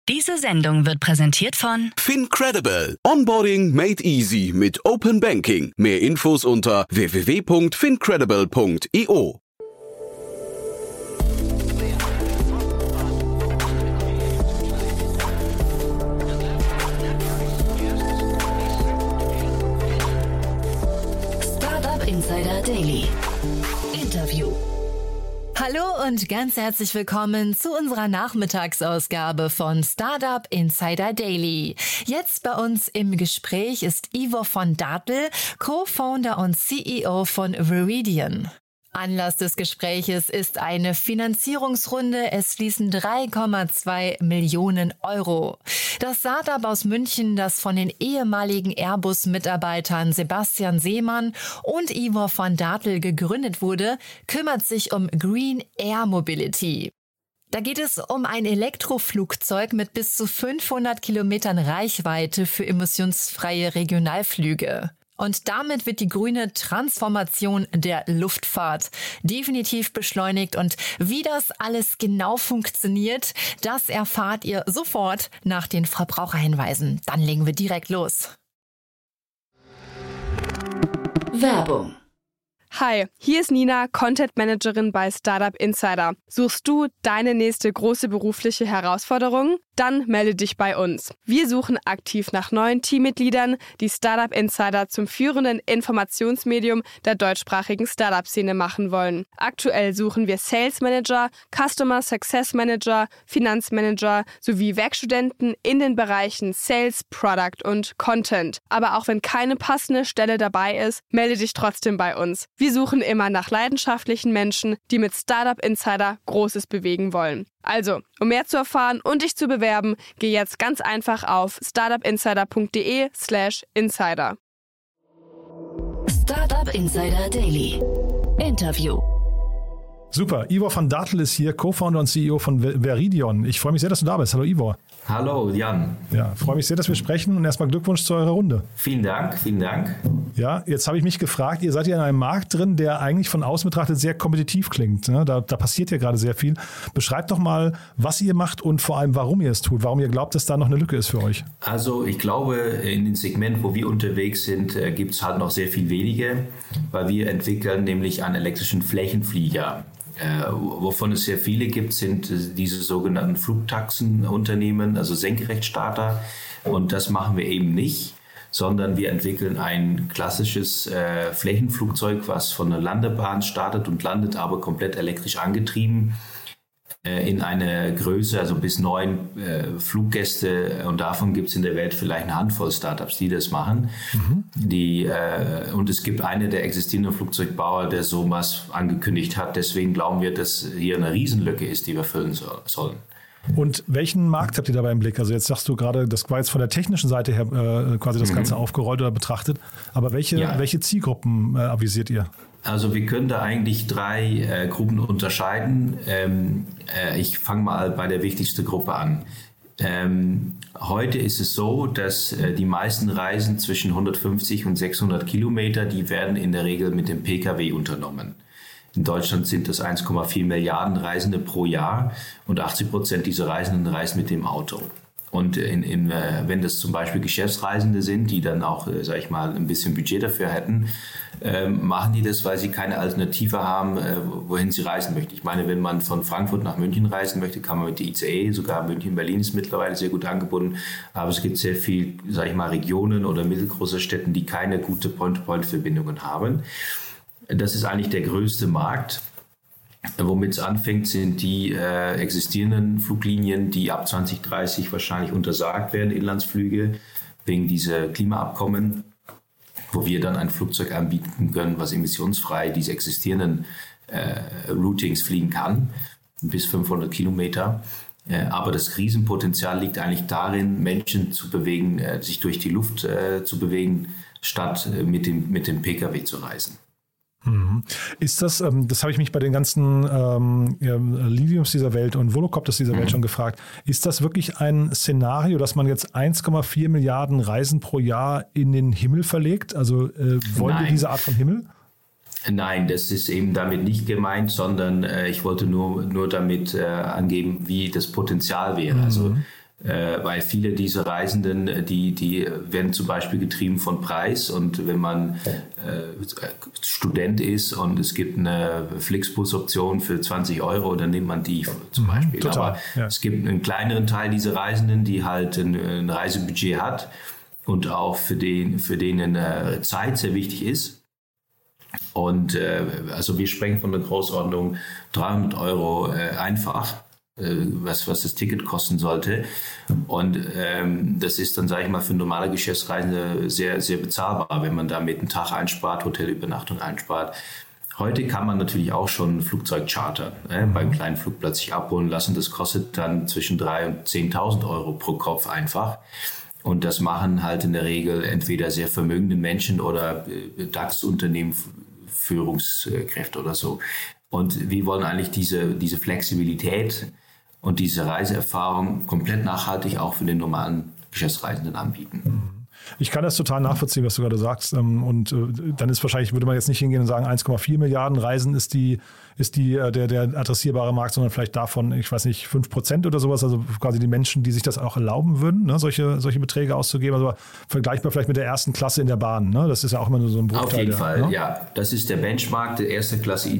Diese Sendung wird präsentiert von FinCredible. Onboarding made easy mit Open Banking. Mehr Infos unter www.fincredible.io. Startup Insider Daily. Interview. Hallo und ganz herzlich willkommen zu unserer Nachmittagsausgabe von Startup Insider Daily. Jetzt bei uns im Gespräch ist Ivo von Datel, Co-Founder und CEO von Veridian. Anlass des Gespräches ist eine Finanzierungsrunde. Es fließen 3,2 Millionen Euro. Das Startup aus München, das von den ehemaligen Airbus-Mitarbeitern Sebastian Seemann und Ivo von Datel gegründet wurde, kümmert sich um Green Air Mobility. Da geht es um ein Elektroflugzeug mit bis zu 500 Kilometern Reichweite für emissionsfreie Regionalflüge. Und damit wird die grüne Transformation der Luftfahrt definitiv beschleunigt. Und wie das alles genau funktioniert, das erfahrt ihr sofort nach den Verbraucherhinweisen. Dann legen wir direkt los. Werbung. Hi, hier ist Nina, Content Managerin bei Startup Insider. Suchst du deine nächste große berufliche Herausforderung? Dann melde dich bei uns. Wir suchen aktiv nach neuen Teammitgliedern, die Startup Insider zum führenden Informationsmedium der deutschsprachigen Startup-Szene machen wollen. Aktuell suchen wir Sales Manager, Customer Success Manager, Finanzmanager sowie Werkstudenten in den Bereichen Sales, Product und Content. Aber auch wenn keine passende Stelle dabei ist, melde dich trotzdem bei uns. Wir suchen immer nach leidenschaftlichen Menschen, die mit Startup Insider Großes bewegen wollen. Also, um mehr zu erfahren und dich zu bewerben, geh jetzt ganz einfach auf startupinsider.de/insider. Startup Insider Daily. Interview. Super, Ivo von Datel ist hier, Co-Founder und CEO von Veridian. Ich freue mich sehr, dass du da bist. Hallo Ivo. Hallo Jan. Ja, freue mich sehr, dass wir sprechen und erstmal Glückwunsch zu eurer Runde. Vielen Dank, vielen Dank. Ja, jetzt habe ich mich gefragt, ihr seid ja in einem Markt drin, der eigentlich von außen betrachtet sehr kompetitiv klingt. Ne? Da passiert ja gerade sehr viel. Beschreibt doch mal, was ihr macht und vor allem, warum ihr es tut, warum ihr glaubt, dass da noch eine Lücke ist für euch. Also ich glaube, in dem Segment, wo wir unterwegs sind, gibt es halt noch sehr viel wenige, weil wir entwickeln nämlich einen elektrischen Flächenflieger. Wovon es sehr viele gibt, sind diese sogenannten Flugtaxenunternehmen, also Senkrechtstarter. Und das machen wir eben nicht, sondern wir entwickeln ein klassisches Flächenflugzeug, was von der Landebahn startet und landet, aber komplett elektrisch angetrieben in eine Größe, also bis 9 Fluggäste, und davon gibt es in der Welt vielleicht eine Handvoll Startups, die das machen. Und es gibt eine der existierenden Flugzeugbauer, der sowas angekündigt hat. Deswegen glauben wir, dass hier eine Riesenlücke ist, die wir füllen sollen. Und welchen Markt habt ihr dabei im Blick? Also jetzt sagst du gerade, das war jetzt von der technischen Seite her quasi das Ganze aufgerollt oder betrachtet. Aber welche Zielgruppen avisiert ihr? Also wir können da eigentlich 3 Gruppen unterscheiden. Ich fange mal bei der wichtigsten Gruppe an. Heute ist es so, dass die meisten Reisen zwischen 150 und 600 Kilometer, die werden in der Regel mit dem Pkw unternommen. In Deutschland sind das 1,4 Milliarden Reisende pro Jahr und 80% dieser Reisenden reisen mit dem Auto. Und wenn das zum Beispiel Geschäftsreisende sind, die dann auch, sag ich mal, ein bisschen Budget dafür hätten, machen die das, weil sie keine Alternative haben, wohin sie reisen möchten. Ich meine, wenn man von Frankfurt nach München reisen möchte, kann man mit der ICE, sogar München-Berlin ist mittlerweile sehr gut angebunden, aber es gibt sehr viel, sag ich mal, Regionen oder mittelgroße Städte, die keine gute Point-to-Point-Verbindungen haben. Das ist eigentlich der größte Markt. Womit es anfängt, sind die existierenden Fluglinien, die ab 2030 wahrscheinlich untersagt werden, Inlandsflüge, wegen dieser Klimaabkommen, wo wir dann ein Flugzeug anbieten können, was emissionsfrei diese existierenden Routings fliegen kann, bis 500 Kilometer. Aber das Riesenpotenzial liegt eigentlich darin, Menschen zu bewegen, sich durch die Luft zu bewegen, statt mit dem Pkw zu reisen. Ist das habe ich mich bei den ganzen Liliums dieser Welt und Volocopters dieser Welt schon gefragt, ist das wirklich ein Szenario, dass man jetzt 1,4 Milliarden Reisen pro Jahr in den Himmel verlegt? Also wollen wir diese Art von Himmel? Nein, das ist eben damit nicht gemeint, sondern ich wollte nur damit angeben, wie das Potenzial wäre. Also weil viele dieser Reisenden, die werden zum Beispiel getrieben von Preis, und wenn man Student ist und es gibt eine Flixbus-Option für 20 €, dann nimmt man die zum Beispiel. Total, aber es gibt einen kleineren Teil dieser Reisenden, die halt ein Reisebudget hat und auch für denen Zeit sehr wichtig ist. Und also wir sprechen von der Größenordnung 300 € einfach, was das Ticket kosten sollte. Und das ist dann, sage ich mal, für normale Geschäftsreisende sehr, sehr bezahlbar, wenn man damit einen Tag einspart, Hotelübernachtung einspart. Heute kann man natürlich auch schon ein Flugzeug chartern, beim kleinen Flugplatz sich abholen lassen. Das kostet dann zwischen 3.000 und 10.000 € pro Kopf einfach. Und das machen halt in der Regel entweder sehr vermögende Menschen oder DAX-Unternehmen, Führungskräfte oder so. Und wir wollen eigentlich diese Flexibilität und diese Reiseerfahrung komplett nachhaltig auch für den normalen Geschäftsreisenden anbieten. Ich kann das total nachvollziehen, was du gerade sagst. Und dann ist wahrscheinlich, würde man jetzt nicht hingehen und sagen, 1,4 Milliarden Reisen ist der adressierbare Markt, sondern vielleicht davon, ich weiß nicht, 5% oder sowas, also quasi die Menschen, die sich das auch erlauben würden, ne, solche Beträge auszugeben. Also vergleichbar vielleicht mit der ersten Klasse in der Bahn. Ne? Das ist ja auch immer nur so ein Bruchteil. Auf jeden Fall, ja. Das ist der Benchmark. Der erste Klasse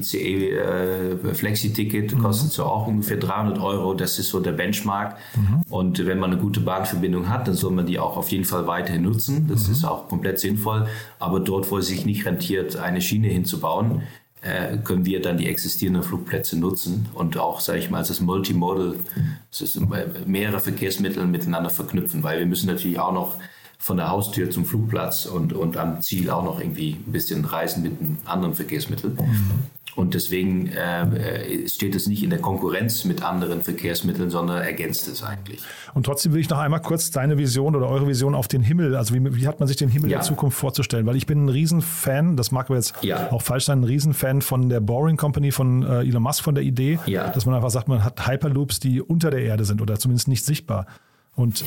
ICE Flexi-Ticket kostet so auch ungefähr 300 €. Das ist so der Benchmark. Und wenn man eine gute Bahnverbindung hat, dann soll man die auch auf jeden Fall weiterhin nutzen. Das ist auch komplett sinnvoll. Aber dort, wo es sich nicht rentiert, eine Schiene hinzubauen, können wir dann die existierenden Flugplätze nutzen und auch, sage ich mal, das Multimodal, das ist mehrere Verkehrsmittel miteinander verknüpfen, weil wir müssen natürlich auch noch von der Haustür zum Flugplatz und am Ziel auch noch irgendwie ein bisschen reisen mit einem anderen Verkehrsmittel. Und deswegen steht es nicht in der Konkurrenz mit anderen Verkehrsmitteln, sondern ergänzt es eigentlich. Und trotzdem will ich noch einmal kurz deine Vision oder eure Vision auf den Himmel, also wie hat man sich den Himmel der Zukunft vorzustellen? Weil ich bin ein Riesenfan, das mag aber jetzt auch falsch sein, ein Riesenfan von der Boring Company, von Elon Musk, von der Idee, dass man einfach sagt, man hat Hyperloops, die unter der Erde sind oder zumindest nicht sichtbar. Und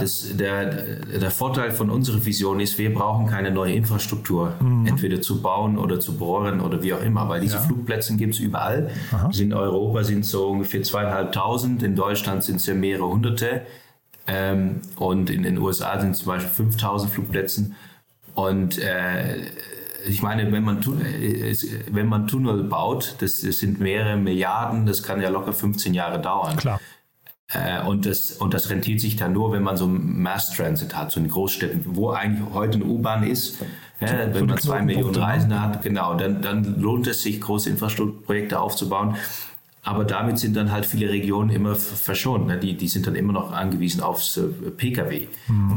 der Vorteil von unserer Vision ist, wir brauchen keine neue Infrastruktur, entweder zu bauen oder zu bohren oder wie auch immer, weil diese Flugplätze gibt es überall. In Europa sind es so ungefähr 2.500, in Deutschland sind es ja mehrere Hunderte und in den USA sind es zum Beispiel 5.000 Flugplätze. Und ich meine, wenn man Tunnel baut, das sind mehrere Milliarden, das kann ja locker 15 Jahre dauern. Klar. Und das rentiert sich dann nur, wenn man so Mass Transit hat, so in Großstädten, wo eigentlich heute eine U-Bahn ist. Wenn man 2 Millionen Reisende hat, genau, dann lohnt es sich, große Infrastrukturprojekte aufzubauen. Aber damit sind dann halt viele Regionen immer verschont. Ne? Die sind dann immer noch angewiesen aufs Pkw.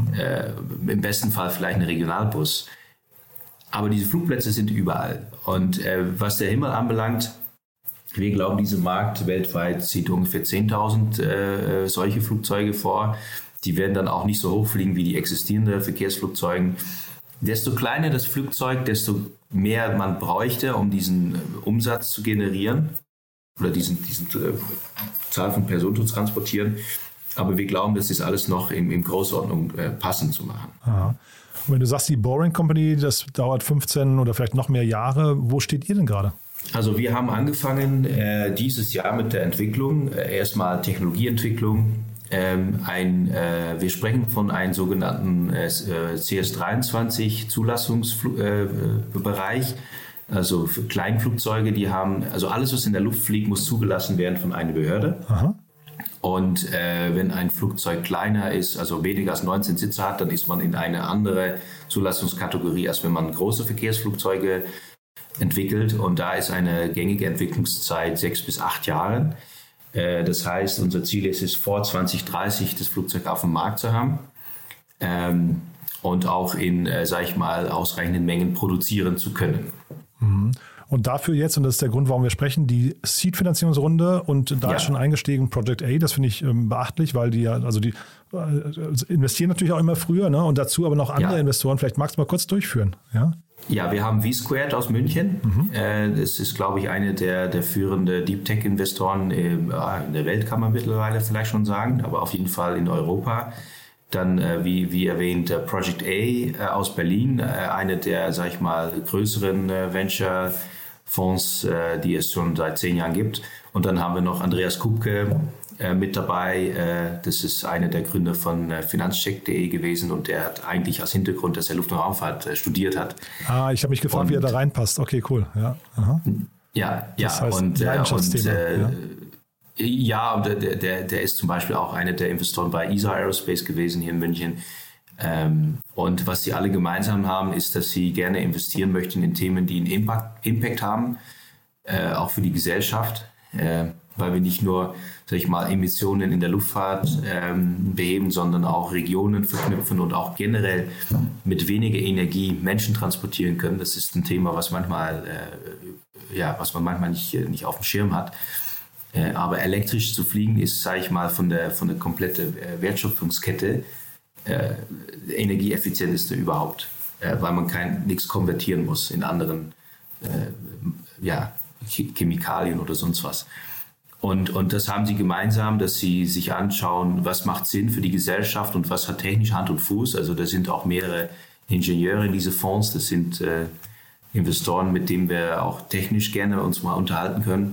Im besten Fall vielleicht ein Regionalbus. Aber diese Flugplätze sind überall. Und was der Himmel anbelangt, wir glauben, dieser Markt weltweit sieht ungefähr 10.000 solche Flugzeuge vor. Die werden dann auch nicht so hoch fliegen wie die existierenden Verkehrsflugzeuge. Desto kleiner das Flugzeug, desto mehr man bräuchte, um diesen Umsatz zu generieren oder diesen Zahl von Personen zu transportieren. Aber wir glauben, das ist alles noch in Größenordnung passend zu machen. Aha. Und wenn du sagst, die Boring Company, das dauert 15 oder vielleicht noch mehr Jahre, wo steht ihr denn gerade? Also wir haben angefangen dieses Jahr mit der Entwicklung, erstmal Technologieentwicklung. Wir sprechen von einem sogenannten CS23 Zulassungsbereich, also für Kleinflugzeuge, die haben, also alles, was in der Luft fliegt, muss zugelassen werden von einer Behörde. Aha. Und wenn ein Flugzeug kleiner ist, also weniger als 19 Sitze hat, dann ist man in eine andere Zulassungskategorie, als wenn man große Verkehrsflugzeuge entwickelt. Und da ist eine gängige Entwicklungszeit 6 bis 8 Jahre. Das heißt, unser Ziel ist es, vor 2030 das Flugzeug auf dem Markt zu haben und auch in, sage ich mal, ausreichenden Mengen produzieren zu können. Und dafür jetzt, und das ist der Grund, warum wir sprechen, die Seed-Finanzierungsrunde und da ist schon eingestiegen Project A, das finde ich beachtlich, weil die investieren natürlich auch immer früher, ne? Und dazu aber noch andere Investoren. Vielleicht magst du mal kurz durchführen. Ja, wir haben V-Squared aus München. Das ist, glaube ich, eine der führenden Deep Tech-Investoren in der Welt, kann man mittlerweile vielleicht schon sagen, aber auf jeden Fall in Europa. Dann, wie erwähnt, Project A aus Berlin, eine der, sag ich mal, größeren Venture-Fonds, die es schon seit 10 Jahren gibt. Und dann haben wir noch Andreas Kupke mit dabei. Das ist einer der Gründer von Finanzcheck.de gewesen und der hat eigentlich als Hintergrund, dass er Luft- und Raumfahrt studiert hat. Ich habe mich gefragt, wie er da reinpasst. Okay, cool. Ja, aha. Das heißt, und der ist zum Beispiel auch einer der Investoren bei ESA Aerospace gewesen hier in München. Und was sie alle gemeinsam haben, ist, dass sie gerne investieren möchten in Themen, die einen Impact haben, auch für die Gesellschaft, weil wir nicht nur, sag ich mal, Emissionen in der Luftfahrt beheben, sondern auch Regionen verknüpfen und auch generell mit weniger Energie Menschen transportieren können. Das ist ein Thema, was man manchmal nicht auf dem Schirm hat. Aber elektrisch zu fliegen ist, sage ich mal, von der kompletten Wertschöpfungskette energieeffizienteste überhaupt, weil man nichts konvertieren muss in anderen Chemikalien oder sonst was. Und das haben sie gemeinsam, dass sie sich anschauen, was macht Sinn für die Gesellschaft und was hat technisch Hand und Fuß. Also da sind auch mehrere Ingenieure in diese Fonds, das sind Investoren, mit denen wir auch technisch gerne uns mal unterhalten können.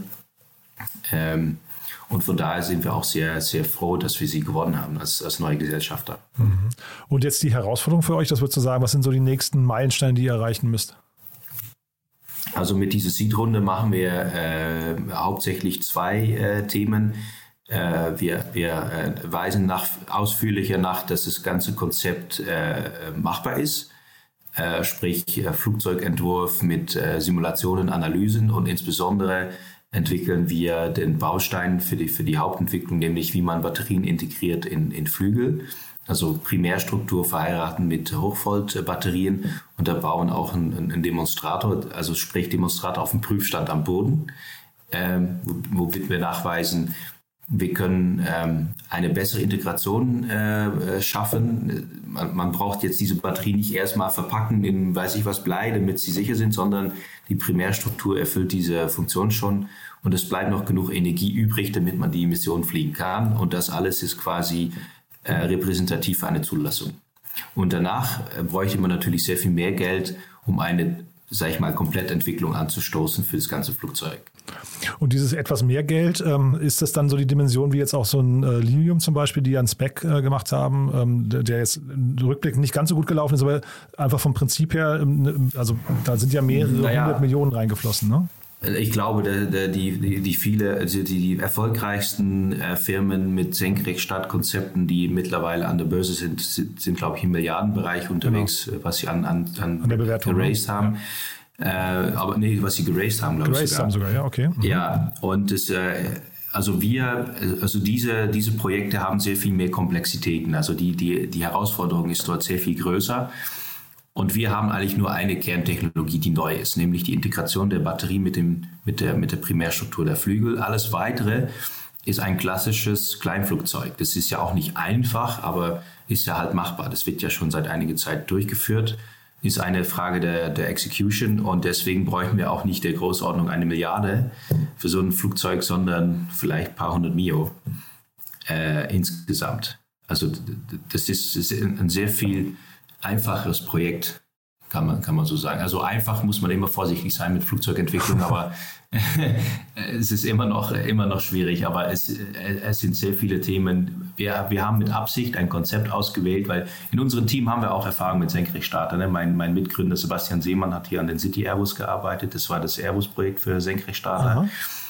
Und von daher sind wir auch sehr, sehr froh, dass wir sie gewonnen haben als neue Gesellschafter. Und jetzt die Herausforderung für euch, das würdest du sagen, was sind so die nächsten Meilensteine, die ihr erreichen müsst? Also mit dieser Seed-Runde machen wir hauptsächlich 2 Themen. Wir weisen ausführlicher nach, dass das ganze Konzept machbar ist. Sprich Flugzeugentwurf mit Simulationen, Analysen und insbesondere entwickeln wir den Baustein für die Hauptentwicklung, nämlich wie man Batterien integriert in Flügel. Also Primärstruktur verheiraten mit Hochvolt-Batterien und da bauen auch einen Demonstrator, also sprich Demonstrator auf dem Prüfstand am Boden, womit wir nachweisen, wir können eine bessere Integration schaffen. Man braucht jetzt diese Batterie nicht erstmal verpacken in weiß ich was Blei, damit sie sicher sind, sondern die Primärstruktur erfüllt diese Funktion schon und es bleibt noch genug Energie übrig, damit man die Emission fliegen kann. Und das alles ist quasi repräsentativ für eine Zulassung. Und danach bräuchte man natürlich sehr viel mehr Geld, um eine, sag ich mal, Komplettentwicklung anzustoßen für das ganze Flugzeug. Und dieses etwas mehr Geld, ist das dann so die Dimension wie jetzt auch so ein Lilium zum Beispiel, die ja einen Spec gemacht haben, der jetzt im Rückblick nicht ganz so gut gelaufen ist, aber einfach vom Prinzip her, also da sind ja mehrere 100 Millionen reingeflossen, ne? Ich glaube, die erfolgreichsten Firmen mit Senkrechtstartkonzepten, die mittlerweile an der Börse sind glaube ich, im Milliardenbereich unterwegs, genau, was sie an der Bewertung geraced haben. Aber nee, was sie geraced haben, glaube ich. Geraced haben sogar, ja, okay. Ja, und diese Projekte haben sehr viel mehr Komplexitäten. Also die Herausforderung ist dort sehr viel größer. Und wir haben eigentlich nur eine Kerntechnologie, die neu ist, nämlich die Integration der Batterie mit der Primärstruktur der Flügel. Alles Weitere ist ein klassisches Kleinflugzeug. Das ist ja auch nicht einfach, aber ist ja halt machbar. Das wird ja schon seit einiger Zeit durchgeführt. Ist eine Frage der Execution und deswegen bräuchten wir auch nicht der Größenordnung 1 Milliarde für so ein Flugzeug, sondern vielleicht ein paar 100 Mio insgesamt. Also das ist ein sehr viel einfacheres Projekt, kann man so sagen. Also einfach muss man immer vorsichtig sein mit Flugzeugentwicklung, aber es ist immer noch schwierig. Aber es sind sehr viele Themen. Wir haben mit Absicht ein Konzept ausgewählt, weil in unserem Team haben wir auch Erfahrung mit Senkrechtstarter. Ne? Mein Mitgründer Sebastian Seemann hat hier an den City Airbus gearbeitet. Das war das Airbus-Projekt für Senkrechtstarter.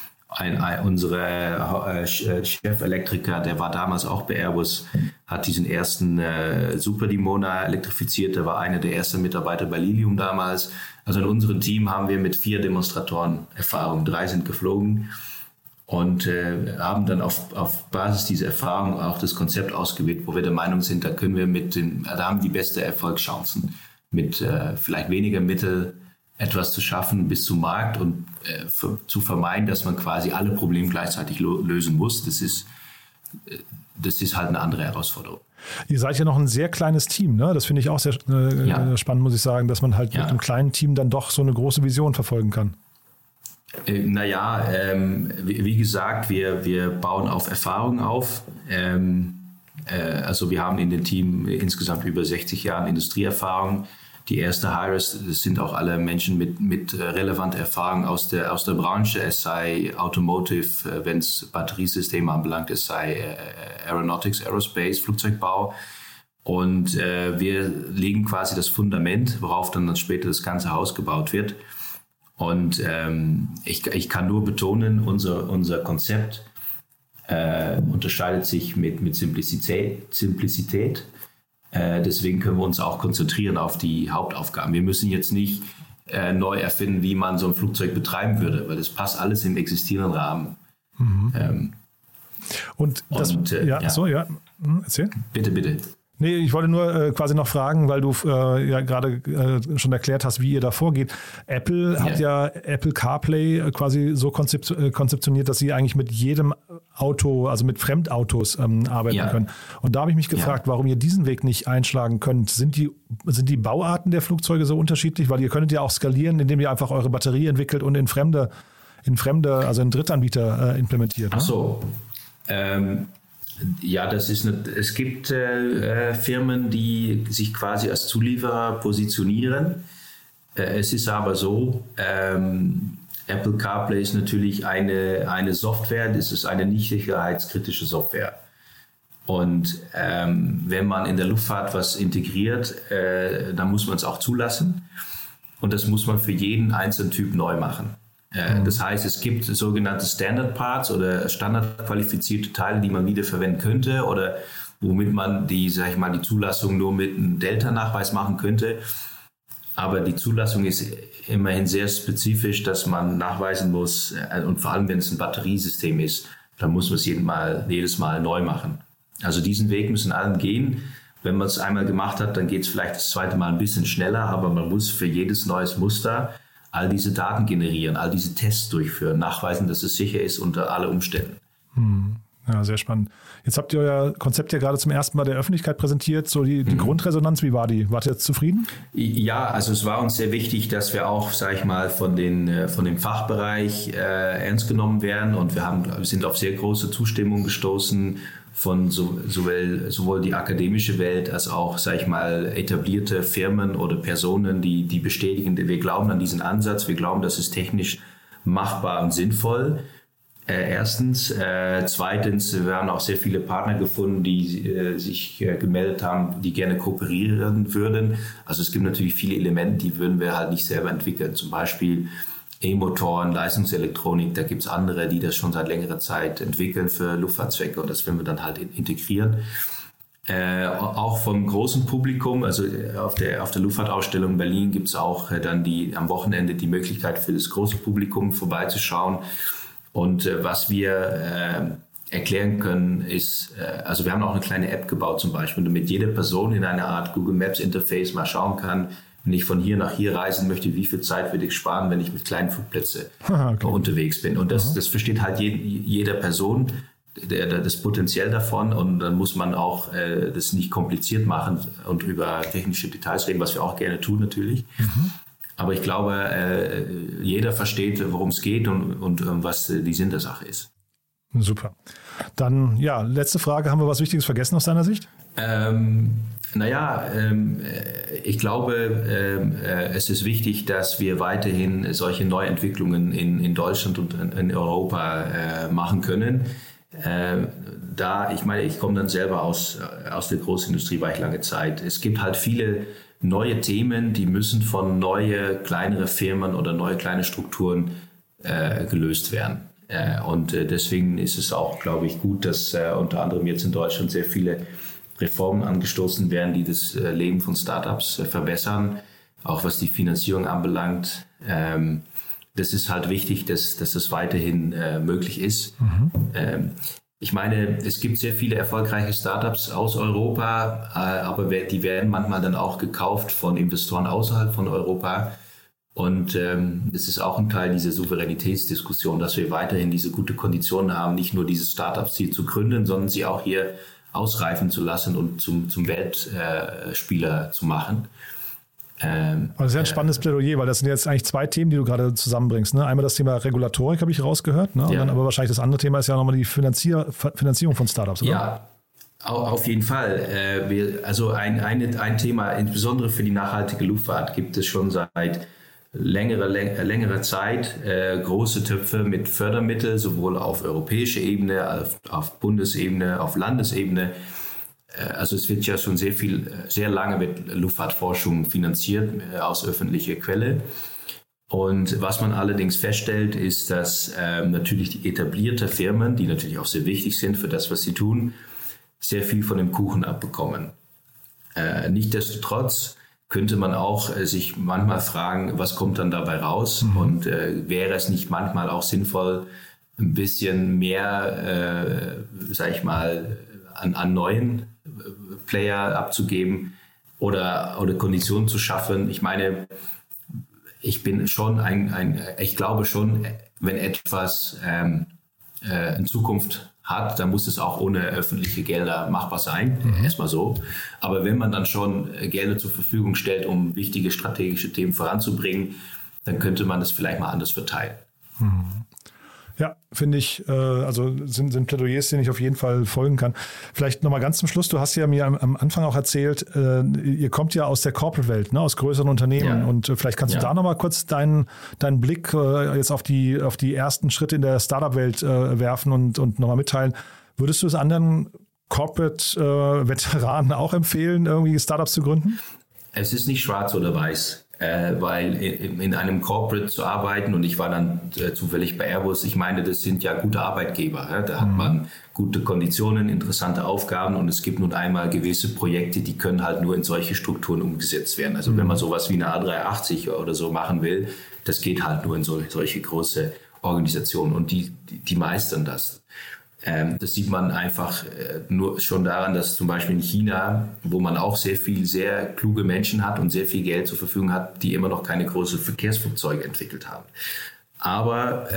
Unsere Chefelektriker, der war damals auch bei Airbus, hat diesen ersten Super Dimona elektrifiziert. Der war einer der ersten Mitarbeiter bei Lilium damals. Also in unserem Team haben wir mit 4 Demonstratoren Erfahrung. 3 sind geflogen und haben dann auf Basis dieser Erfahrung auch das Konzept ausgewählt, wo wir der Meinung sind, da haben die beste Erfolgschancen mit vielleicht weniger Mittel etwas zu schaffen bis zum Markt und zu vermeiden, dass man quasi alle Probleme gleichzeitig lösen muss. Das ist halt eine andere Herausforderung. Ihr seid ja noch ein sehr kleines Team, ne? Das finde ich auch sehr spannend, muss ich sagen, dass man halt mit einem kleinen Team dann doch so eine große Vision verfolgen kann. Wie gesagt, wir bauen auf Erfahrung auf. Also wir haben in dem Team insgesamt über 60 Jahre Industrieerfahrung. Die ersten Hires sind auch alle Menschen mit relevanter Erfahrung aus der Branche, es sei Automotive, wenn es Batteriesysteme anbelangt, es sei Aeronautics, Aerospace, Flugzeugbau. Und wir legen quasi das Fundament, worauf dann später das ganze Haus gebaut wird. Und ich kann nur betonen, unser Konzept unterscheidet sich mit Simplizität. Deswegen können wir uns auch konzentrieren auf die Hauptaufgaben. Wir müssen jetzt nicht neu erfinden, wie man so ein Flugzeug betreiben würde, weil das passt alles im existierenden Rahmen. Erzähl. Bitte. Nee, ich wollte nur quasi noch fragen, weil du gerade schon erklärt hast, wie ihr da vorgeht. Apple hat ja Apple CarPlay quasi so konzeptioniert, dass sie eigentlich mit jedem Auto, also mit Fremdautos arbeiten können. Und da habe ich mich gefragt, warum ihr diesen Weg nicht einschlagen könnt. Sind die Bauarten der Flugzeuge so unterschiedlich? Weil ihr könntet ja auch skalieren, indem ihr einfach eure Batterie entwickelt und in also in Drittanbieter implementiert. Ach so. Ja, es gibt Firmen, die sich quasi als Zulieferer positionieren. Es ist aber so, Apple CarPlay ist natürlich eine Software, das ist eine nicht sicherheitskritische Software. Und wenn man in der Luftfahrt was integriert, dann muss man es auch zulassen. Und das muss man für jeden einzelnen Typ neu machen. Das heißt, es gibt sogenannte Standard Parts oder standardqualifizierte Teile, die man wiederverwenden könnte oder womit man die Zulassung nur mit einem Delta-Nachweis machen könnte. Aber die Zulassung ist immerhin sehr spezifisch, dass man nachweisen muss, und vor allem, wenn es ein Batteriesystem ist, dann muss man es jedes Mal neu machen. Also diesen Weg müssen alle gehen. Wenn man es einmal gemacht hat, dann geht es vielleicht das zweite Mal ein bisschen schneller, aber man muss für jedes neues Muster all diese Daten generieren, all diese Tests durchführen, nachweisen, dass es sicher ist unter alle Umständen. Ja, sehr spannend. Jetzt habt ihr euer Konzept ja gerade zum ersten Mal der Öffentlichkeit präsentiert. So die Grundresonanz, wie war die? Wart ihr jetzt zufrieden? Ja, also es war uns sehr wichtig, dass wir auch, von dem Fachbereich ernst genommen werden und wir sind auf sehr große Zustimmung gestoßen von sowohl die akademische Welt als auch, etablierte Firmen oder Personen, die bestätigen, wir glauben an diesen Ansatz, wir glauben, das ist technisch machbar und sinnvoll. Erstens. Zweitens, wir haben auch sehr viele Partner gefunden, die sich gemeldet haben, die gerne kooperieren würden. Also es gibt natürlich viele Elemente, die würden wir halt nicht selber entwickeln. Zum Beispiel E-Motoren, Leistungselektronik, da gibt es andere, die das schon seit längerer Zeit entwickeln für Luftfahrtzwecke und das werden wir dann halt integrieren. Auch vom großen Publikum, also auf der Luftfahrtausstellung in Berlin gibt es auch dann am Wochenende die Möglichkeit für das große Publikum vorbeizuschauen. Und was wir erklären können ist, also wir haben auch eine kleine App gebaut zum Beispiel, damit jede Person in einer Art Google Maps Interface mal schauen kann, wenn ich von hier nach hier reisen möchte, wie viel Zeit würde ich sparen, wenn ich mit kleinen Flugplätzen unterwegs bin. Und das versteht halt jeder Person, das Potenzial davon. Und dann muss man auch das nicht kompliziert machen und über technische Details reden, was wir auch gerne tun natürlich. Aber ich glaube, jeder versteht, worum es geht und was die Sinn der Sache ist. Super. Dann, letzte Frage. Haben wir was Wichtiges vergessen aus deiner Sicht? Ich glaube, es ist wichtig, dass wir weiterhin solche Neuentwicklungen in Deutschland und in Europa machen können. Ich komme dann selber aus der Großindustrie, war ich lange Zeit. Es gibt halt viele neue Themen, die müssen von neue, kleinere Firmen oder neue, kleine Strukturen gelöst werden. Und deswegen ist es auch, glaube ich, gut, dass unter anderem jetzt in Deutschland sehr viele Reformen angestoßen werden, die das Leben von Startups verbessern, auch was die Finanzierung anbelangt. Das ist halt wichtig, dass das weiterhin möglich ist. Ich meine, es gibt sehr viele erfolgreiche Startups aus Europa, aber die werden manchmal dann auch gekauft von Investoren außerhalb von Europa. Und das ist auch ein Teil dieser Souveränitätsdiskussion, dass wir weiterhin diese gute Konditionen haben, nicht nur dieses Startup-Ziel zu gründen, sondern sie auch hier ausreifen zu lassen und zum Weltspieler zu machen. Das ist ja ein spannendes Plädoyer, weil das sind jetzt eigentlich zwei Themen, die du gerade zusammenbringst. Ne? Einmal das Thema Regulatorik, habe ich rausgehört, ne? Und dann aber wahrscheinlich das andere Thema ist ja nochmal die Finanzierung von Startups, oder? Ja, Auf jeden Fall. Ein Thema, insbesondere für die nachhaltige Luftfahrt, gibt es schon seit längerer Zeit große Töpfe mit Fördermitteln, sowohl auf europäischer Ebene, auf Bundesebene, auf Landesebene. Also es wird ja schon sehr lange mit Luftfahrtforschung finanziert aus öffentlicher Quelle. Und was man allerdings feststellt, ist, dass natürlich die etablierten Firmen, die natürlich auch sehr wichtig sind für das, was sie tun, sehr viel von dem Kuchen abbekommen. Nichtsdestotrotz könnte man auch sich manchmal fragen, was kommt dann dabei raus? Und wäre es nicht manchmal auch sinnvoll, ein bisschen mehr, an neuen Player abzugeben oder Konditionen zu schaffen? Ich meine, ich glaube schon, wenn etwas in Zukunft hat, dann muss es auch ohne öffentliche Gelder machbar sein, erstmal so. Aber wenn man dann schon Gelder zur Verfügung stellt, um wichtige strategische Themen voranzubringen, dann könnte man das vielleicht mal anders verteilen. Ja, finde ich, sind Plädoyers, denen ich auf jeden Fall folgen kann. Vielleicht nochmal ganz zum Schluss, du hast ja mir am Anfang auch erzählt, ihr kommt ja aus der Corporate-Welt, ne, aus größeren Unternehmen. Ja. Und vielleicht kannst du da nochmal kurz deinen Blick jetzt auf die ersten Schritte in der Startup-Welt werfen und nochmal mitteilen. Würdest du es anderen Corporate-Veteranen auch empfehlen, irgendwie Startups zu gründen? Es ist nicht schwarz oder weiß. Weil in einem Corporate zu arbeiten, und ich war dann zufällig bei Airbus, ich meine, das sind ja gute Arbeitgeber. Ja? Da hat man gute Konditionen, interessante Aufgaben, und es gibt nun einmal gewisse Projekte, die können halt nur in solche Strukturen umgesetzt werden. Also wenn man sowas wie eine A380 oder so machen will, das geht halt nur in solche große Organisationen, und die meistern das. Das sieht man einfach nur schon daran, dass zum Beispiel in China, wo man auch sehr kluge Menschen hat und sehr viel Geld zur Verfügung hat, die immer noch keine großen Verkehrsflugzeuge entwickelt haben. Aber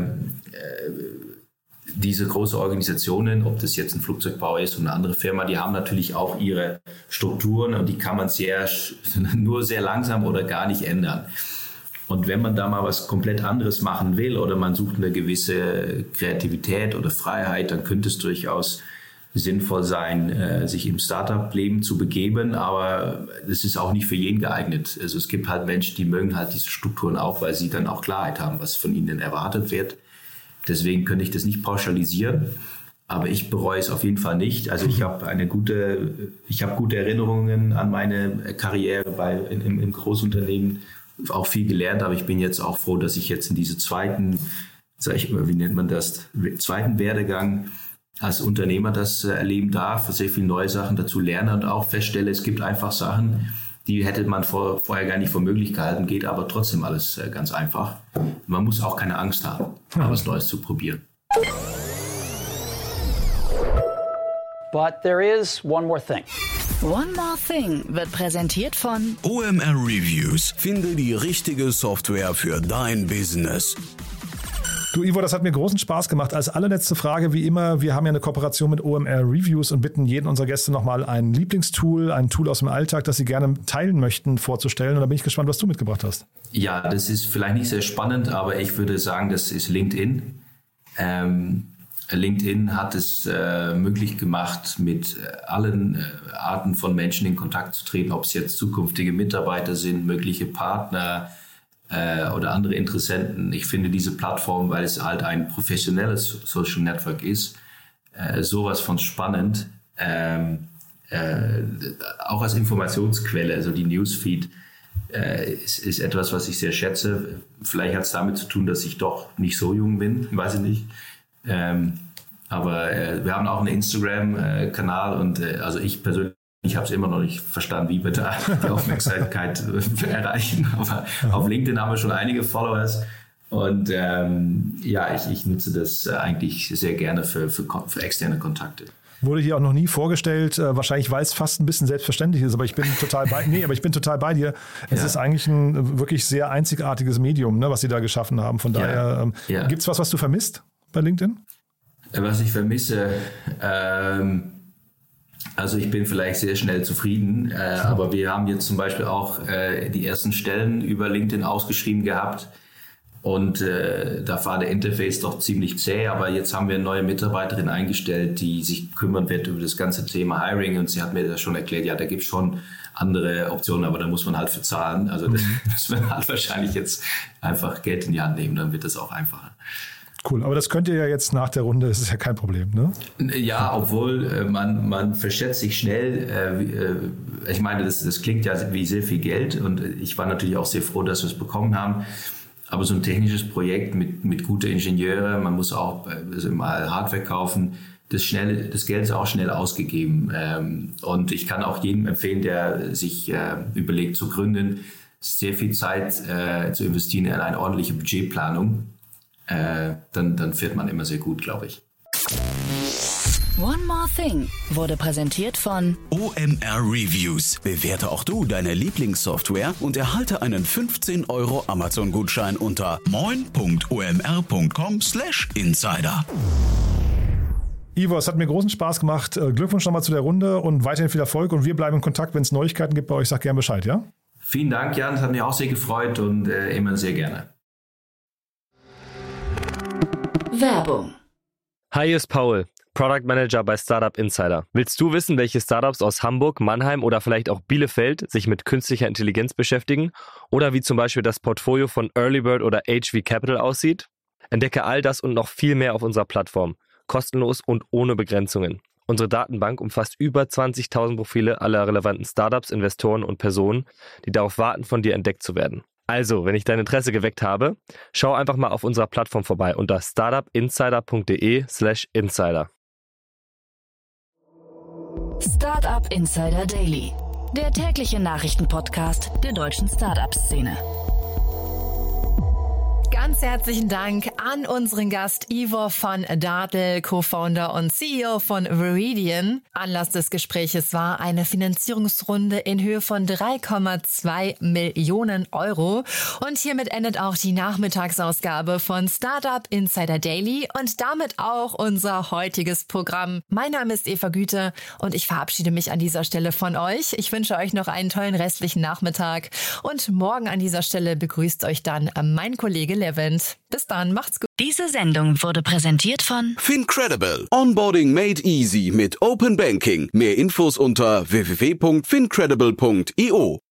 diese großen Organisationen, ob das jetzt ein Flugzeugbauer ist oder eine andere Firma, die haben natürlich auch ihre Strukturen, und die kann man nur sehr langsam oder gar nicht ändern. Und wenn man da mal was komplett anderes machen will oder man sucht eine gewisse Kreativität oder Freiheit, dann könnte es durchaus sinnvoll sein, sich im Startup-Leben zu begeben. Aber das ist auch nicht für jeden geeignet. Also es gibt halt Menschen, die mögen halt diese Strukturen auch, weil sie dann auch Klarheit haben, was von ihnen erwartet wird. Deswegen könnte ich das nicht pauschalisieren. Aber ich bereue es auf jeden Fall nicht. Also ich habe gute Erinnerungen an meine Karriere im Großunternehmen. Auch viel gelernt, aber ich bin jetzt auch froh, dass ich jetzt in diese zweiten Werdegang als Unternehmer das erleben darf, sehr viele neue Sachen dazu lerne und auch feststelle, es gibt einfach Sachen, die hätte man vorher gar nicht für möglich gehalten, geht aber trotzdem alles ganz einfach. Man muss auch keine Angst haben, was Neues zu probieren. But there is one more thing. One More Thing wird präsentiert von OMR Reviews. Finde die richtige Software für dein Business. Du, Ivo, das hat mir großen Spaß gemacht. Als allerletzte Frage, wie immer, wir haben ja eine Kooperation mit OMR Reviews und bitten jeden unserer Gäste nochmal ein Lieblingstool, ein Tool aus dem Alltag, das sie gerne teilen möchten, vorzustellen. Und da bin ich gespannt, was du mitgebracht hast. Ja, das ist vielleicht nicht sehr spannend, aber ich würde sagen, das ist LinkedIn. LinkedIn hat es möglich gemacht, mit allen Arten von Menschen in Kontakt zu treten, ob es jetzt zukünftige Mitarbeiter sind, mögliche Partner oder andere Interessenten. Ich finde diese Plattform, weil es halt ein professionelles Social Network ist, sowas von spannend. Auch als Informationsquelle, also die Newsfeed ist etwas, was ich sehr schätze. Vielleicht hat es damit zu tun, dass ich doch nicht so jung bin, weiß ich nicht. Aber wir haben auch einen Instagram-Kanal und also ich persönlich, ich habe es immer noch nicht verstanden, wie wir da die Aufmerksamkeit erreichen. Aber auf LinkedIn haben wir schon einige Followers und ich nutze das eigentlich sehr gerne für externe Kontakte. Wurde hier auch noch nie vorgestellt, wahrscheinlich weil es fast ein bisschen selbstverständlich ist, aber ich bin total bei dir. Es ist eigentlich ein wirklich sehr einzigartiges Medium, ne, was Sie da geschaffen haben. Von daher, gibt es was du vermisst bei LinkedIn? Was ich vermisse, also ich bin vielleicht sehr schnell zufrieden, aber wir haben jetzt zum Beispiel auch die ersten Stellen über LinkedIn ausgeschrieben gehabt Und da war der Interface doch ziemlich zäh, aber jetzt haben wir eine neue Mitarbeiterin eingestellt, die sich kümmern wird über das ganze Thema Hiring, und sie hat mir das schon erklärt, ja, da gibt es schon andere Optionen, aber da muss man halt für zahlen. Also das müssen wir halt wahrscheinlich jetzt einfach Geld in die Hand nehmen, dann wird das auch einfacher. Cool, aber das könnt ihr ja jetzt nach der Runde, das ist ja kein Problem, ne? Ja, obwohl man verschätzt sich schnell. Ich meine, das klingt ja wie sehr viel Geld, und ich war natürlich auch sehr froh, dass wir es bekommen haben. Aber so ein technisches Projekt mit guten Ingenieuren, man muss auch mal Hardware kaufen, das Geld ist auch schnell ausgegeben. Und ich kann auch jedem empfehlen, der sich überlegt zu gründen, sehr viel Zeit zu investieren in eine ordentliche Budgetplanung. Dann fährt man immer sehr gut, glaube ich. One More Thing wurde präsentiert von OMR Reviews. Bewerte auch du deine Lieblingssoftware und erhalte einen 15 € Amazon-Gutschein unter moin.omr.com/insider. Ivo, es hat mir großen Spaß gemacht. Glückwunsch nochmal zu der Runde und weiterhin viel Erfolg. Und wir bleiben in Kontakt, wenn es Neuigkeiten gibt bei euch. Sag gerne Bescheid, ja? Vielen Dank, Jan. Das hat mich auch sehr gefreut und immer sehr gerne. Werbung. Hi, hier ist Paul, Product Manager bei Startup Insider. Willst du wissen, welche Startups aus Hamburg, Mannheim oder vielleicht auch Bielefeld sich mit künstlicher Intelligenz beschäftigen? Oder wie zum Beispiel das Portfolio von Earlybird oder HV Capital aussieht? Entdecke all das und noch viel mehr auf unserer Plattform. Kostenlos und ohne Begrenzungen. Unsere Datenbank umfasst über 20.000 Profile aller relevanten Startups, Investoren und Personen, die darauf warten, von dir entdeckt zu werden. Also, wenn ich dein Interesse geweckt habe, schau einfach mal auf unserer Plattform vorbei unter startupinsider.de/insider. Startup Insider Daily, der tägliche Nachrichtenpodcast der deutschen Startup-Szene. Ganz herzlichen Dank an unseren Gast Ivo von Dartel, Co-Founder und CEO von Viridian. Anlass des Gespräches war eine Finanzierungsrunde in Höhe von 3,2 Millionen €. Und hiermit endet auch die Nachmittagsausgabe von Startup Insider Daily und damit auch unser heutiges Programm. Mein Name ist Eva Güte und ich verabschiede mich an dieser Stelle von euch. Ich wünsche euch noch einen tollen restlichen Nachmittag und morgen an dieser Stelle begrüßt euch dann mein Kollege Levent. Bis dann, macht's gut. Diese Sendung wurde präsentiert von FinCredible. Onboarding made easy mit Open Banking. Mehr Infos unter www.fincredible.io.